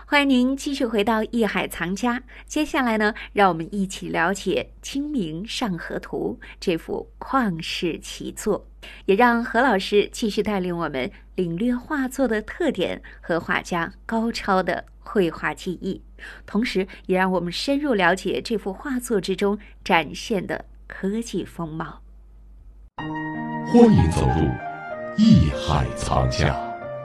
欢迎您继续回到艺海藏家。接下来呢，让我们一起了解《清明上河图》这幅旷世奇作，也让何老师继续带领我们领略画作的特点和画家高超的绘画技艺，同时也让我们深入了解这幅画作之中展现的科技风貌。 欢迎走入艺海藏家。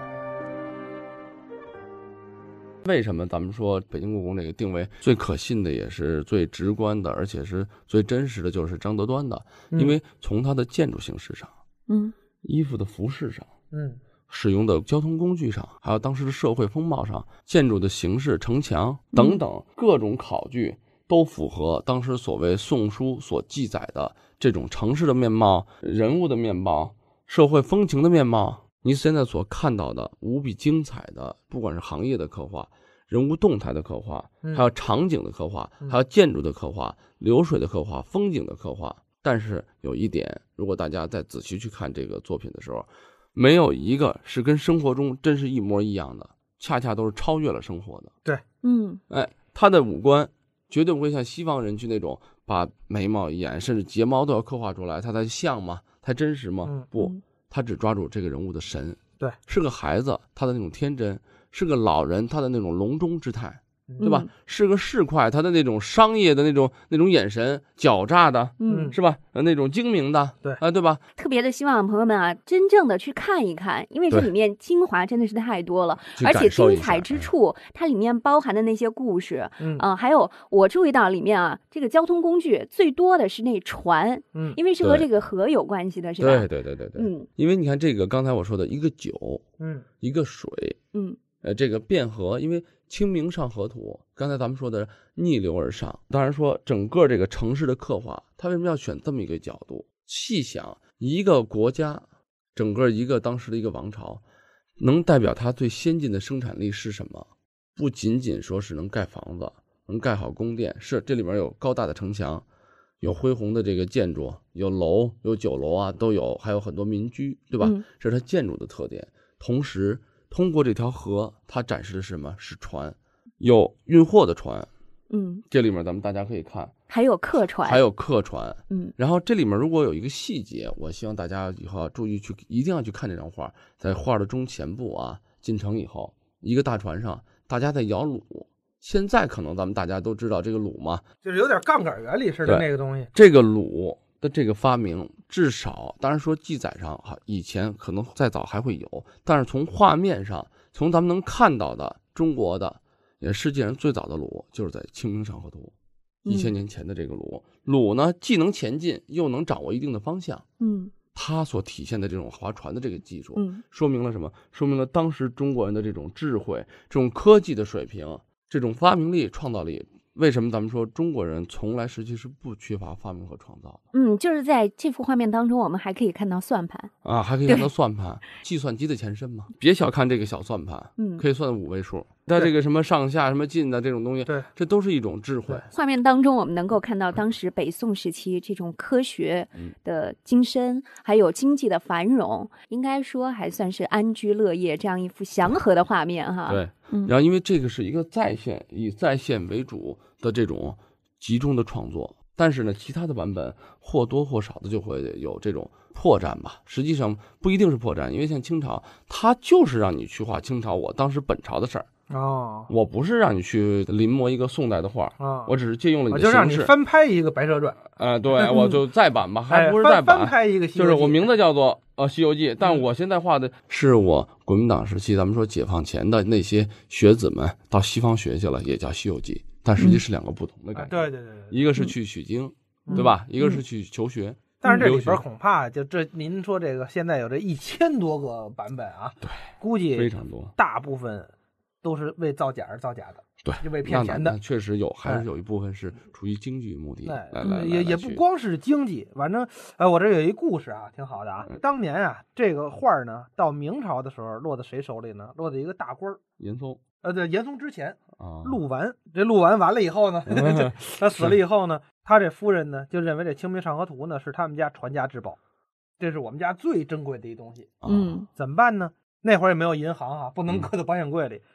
为什么咱们说北京故宫这个定位最可信的，也是最直观的，而且是最真实的，就是张择端的？因为从它的建筑形式上，衣服的服饰上，使用的交通工具上，还有当时的社会风貌上，建筑的形式、城墙等等各种考据，都符合当时所谓《宋书》所记载的这种城市的面貌、人物的面貌、社会风情的面貌。你现在所看到的无比精彩的，不管是行业的刻画、人物动态的刻画，还有场景的刻画，还有建筑的刻画、流水的刻画、风景的刻画。但是有一点，如果大家再仔细去看这个作品的时候，没有一个是跟生活中真是一模一样的，恰恰都是超越了生活的。 对， 他的五官绝对不会像西方人去那种把眉毛、眼甚至睫毛都要刻画出来，他才像吗？才真实吗？不，他只抓住这个人物的神。 对， 是个孩子，他的那种天真；是个老人，他的那种隆中之态，对吧？是个市侩，他的那种商业的那种眼神，狡诈的，是吧？那种精明的，对吧？ 特别的希望朋友们啊，真正的去看一看，因为这里面精华真的是太多了，而且精彩之处，它里面包含的那些故事，还有我注意到里面啊，这个交通工具最多的是那船，因为是和这个河有关系的，是吧？ 对，因为你看这个刚才我说的一个酒，一个水，这个汴河，因为清明上河图，刚才咱们说的逆流而上，当然说整个这个城市的刻画，它为什么要选这么一个角度？细想一个国家，整个一个当时的一个王朝，能代表它最先进的生产力是什么？不仅仅说是能盖房子，能盖好宫殿，是这里面有高大的城墙，有恢宏的这个建筑，有楼，有酒楼啊，都有，还有很多民居，对吧？这是它建筑的特点。同时通过这条河，它展示的是什么？是船，有运货的船，这里面咱们大家可以看， 还有客船， 然后这里面如果有一个细节，我希望大家以后注意一定要去看这张画，在画的中前部啊，进城以后，一个大船上，大家在摇橹。现在可能咱们大家都知道这个橹嘛， 就是有点杠杆原理似的那个东西。 这个橹的这个发明，至少当然说记载上以前可能再早还会有，但是从画面上，从咱们能看到的中国的也世界上最早的橹，就是在《清明上河图》1000年前的这个橹呢，既能前进，又能掌握一定的方向。它所体现的这种划船的这个技术，说明了什么？说明了当时中国人的这种智慧、这种科技的水平、这种发明力、创造力。为什么咱们说中国人从来实际是不缺乏发明和创造的？ 就是在这幅画面当中，我们还可以看到算盘啊，还可以看到算盘，计算机的前身嘛。别小看这个小算盘，可以算5位数。它这个什么上下、什么进的这种东西， 对， 这都是一种智慧。 画面当中，我们能够看到当时北宋时期这种科学的精深，还有经济的繁荣，应该说还算是安居乐业这样一幅祥和的画面哈。 对，然后因为这个是一个以在线为主的这种集中的创作，但是呢，其他的版本或多或少的就会有这种破绽吧。实际上不一定是破绽，因为像清朝，它就是让你去画清朝我当时本朝的事儿。我不是让你去临摹一个宋代的画，我只是借用了你的形式， 我就让你翻拍一个《白蛇传》 对，我就再版吧，还不是再版， 翻拍一个《西游记》， 就是我名字叫做西游记》，但我现在画的是我国民党时期，咱们说解放前的那些学子们到西方学去了，也叫《西游记》，但实际是两个不同的概念。 对， 一个是去取经，对吧？一个是去求学。 但是这里边恐怕您说这个现在有这1000多个版本啊， 对， 估计非常多， 大部分都是为造假而造假的， 对， 就为骗钱的。 确实有，还是有一部分是出于经济目的。 也不光是经济，反正我这有一故事啊，挺好的啊。当年啊，这个画呢，到明朝的时候落在谁手里呢？落在一个大官严嵩。 对，严嵩之前陆完，这陆完完了以后呢，他死了以后呢，他这夫人呢就认为这《清明上河图》呢是他们家传家之宝，这是我们家最珍贵的一东西。怎么办呢？那会儿也没有银行啊，不能搁到保险柜里。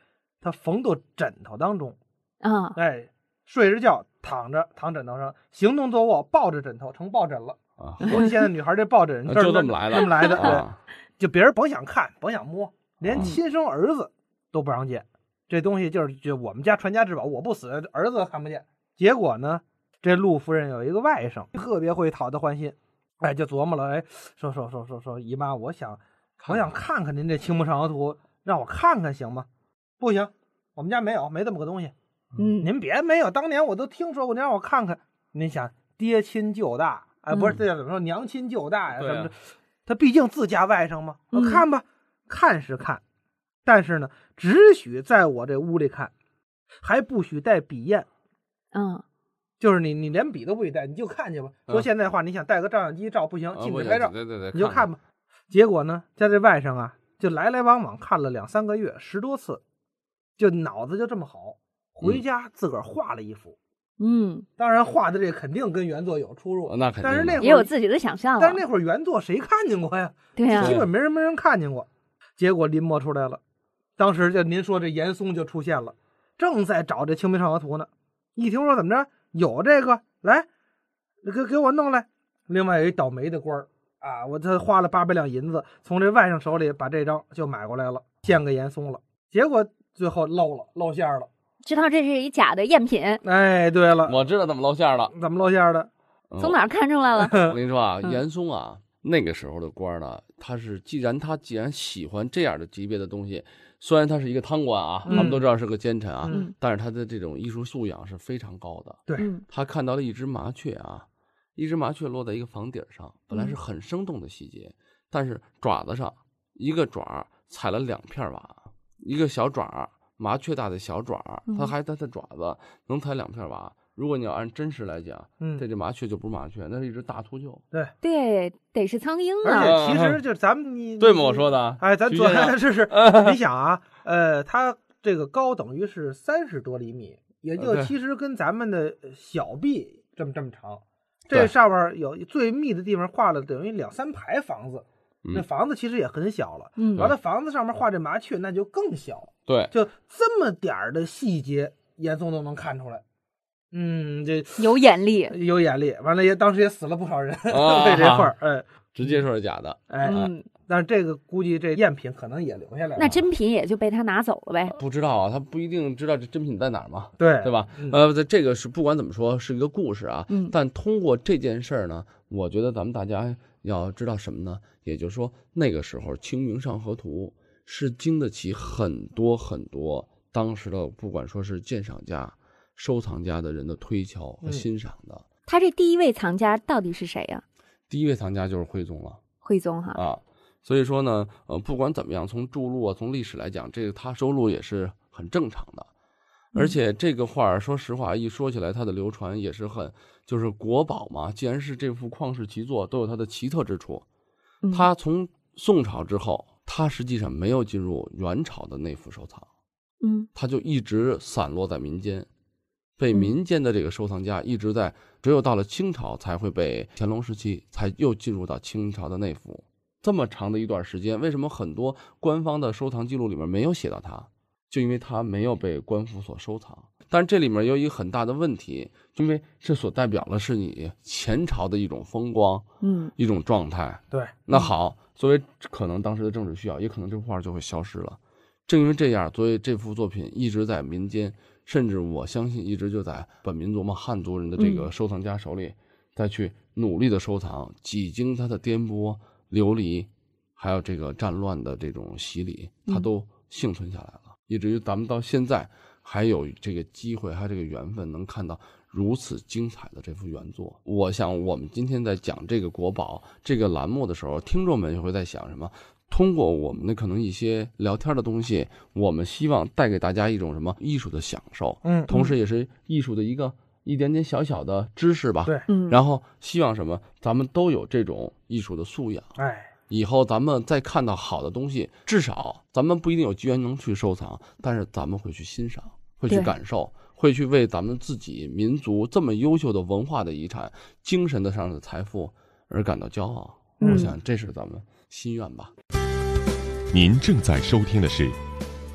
他缝到枕头当中啊， 哎，睡着觉躺枕头上，行动坐卧抱着枕头成抱枕了啊。估计现在女孩这抱枕就这么来的， 这么来的，对，就别人甭想看，甭想摸，连亲生儿子都不让见。这东西就是我们家传家之宝，我不死，儿子看不见。结果呢，这陆夫人有一个外甥，特别会讨他欢心，哎，就琢磨了，哎，说，姨妈，我想看看您这清明上河图，让我看看行吗？不行，我们家没这么个东西。您别没有，当年我都听说过，您让我看看。您想，爹亲舅大，哎，不是这怎么说，娘亲舅大呀，什么的，他毕竟自家外甥嘛。我看吧，看是看，但是呢，只许在我这屋里看，还不许带笔砚。就是你连笔都不许带，你就看去吧。说现在话，你想带个照相机照不行，禁止拍照， 对， 你就看吧。结果呢，家这外甥啊，就来来往往看了2-3个月，10多次，就脑子就这么好，回家自个儿画了一幅。当然画的这肯定跟原作有出入， 那肯定， 但是那会儿也有自己的想象。 但是那会儿原作谁看见过呀？ 对呀， 基本没人看见过。结果临摹出来了，当时就您说这严嵩就出现了，正在找这清明上河图呢。一听说怎么着有这个，来给我弄来。另外有一倒霉的官儿啊，他花了800两银子，从这外甥手里把这张就买过来了，献给严嵩了。结果最后露馅了， 知道这是一假的赝品。 哎，对了， 我知道怎么露馅了。 怎么露馅的？ 从哪儿看出来了？ 我跟你说啊，严嵩啊，那个时候的官呢，他既然喜欢这样的级别的东西，虽然他是一个贪官啊，他们都知道是个奸臣啊，但是他的这种艺术素养是非常高的。 对， 他看到了一只麻雀啊，一只麻雀落在一个房顶上，本来是很生动的细节，但是爪子上一个爪踩了2片瓦，一个小爪，麻雀大的小爪，它的爪子能踩2片瓦。如果你要按真实来讲，这麻雀就不是麻雀，那是一只大秃鹫。 对，得是苍鹰啊。 而且其实就咱们对吗？我说的， 哎，咱昨天是你想啊，它这个高等于是30多厘米，也就其实跟咱们的小臂这么长。这上面有最密的地方画了等于2-3排房子，那房子其实也很小了。完了，房子上面画这麻雀那就更小。 对， 就这么点儿的细节，严嵩都能看出来。这有眼力， 有眼力。完了当时也死了不少人为这块儿，哎， 直接说是假的， 哎，但是这个估计这赝品可能也留下来了， 那真品也就被他拿走了呗。 不知道啊，他不一定知道这真品在哪儿嘛， 对吧？这个是不管怎么说是一个故事啊，但通过这件事儿呢，我觉得咱们大家要知道什么呢？也就是说，那个时候《清明上河图》是经得起很多当时的不管说是鉴赏家、收藏家的人的推敲和欣赏的。 他这第一位藏家到底是谁呀？ 第一位藏家就是徽宗了。 徽宗哈啊，所以说呢，不管怎么样，从注录啊，从历史来讲，这个他收录也是很正常的。而且这个画，说实话，一说起来，它的流传也是就是国宝嘛。既然是这幅旷世奇作，都有它的奇特之处。它从宋朝之后，它实际上没有进入元朝的内府收藏，它就一直散落在民间，被民间的这个收藏家一直只有到了清朝才会被乾隆时期才又进入到清朝的内府。这么长的一段时间，为什么很多官方的收藏记录里面没有写到它？就因为它没有被官府所收藏。但这里面有一个很大的问题，因为这所代表的是你前朝的一种风光，一种状态。 对， 那好，作为可能当时的政治需要，也可能这幅画就会消失了。正因为这样，所以这幅作品一直在民间，甚至我相信一直就在本民族嘛汉族人的这个收藏家手里，再去努力的收藏，几经它的颠簸流离，还有这个战乱的这种洗礼，它都幸存下来了。以至于咱们到现在还有这个机会，还有这个缘分，能看到如此精彩的这幅原作。我想我们今天在讲这个国宝这个栏目的时候，听众们也会在想什么？通过我们的可能一些聊天的东西，我们希望带给大家一种什么艺术的享受，同时也是艺术的一点点小小的知识吧。 对， 然后希望什么？咱们都有这种艺术的素养。以后咱们再看到好的东西，至少咱们不一定有机缘能去收藏，但是咱们会去欣赏，会去感受，会去为咱们自己民族这么优秀的文化的遗产、精神的上的财富而感到骄傲。我想这是咱们心愿吧。 您正在收听的是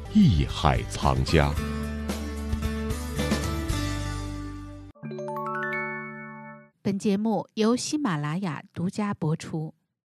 艺海藏家。 本节目由喜马拉雅独家播出。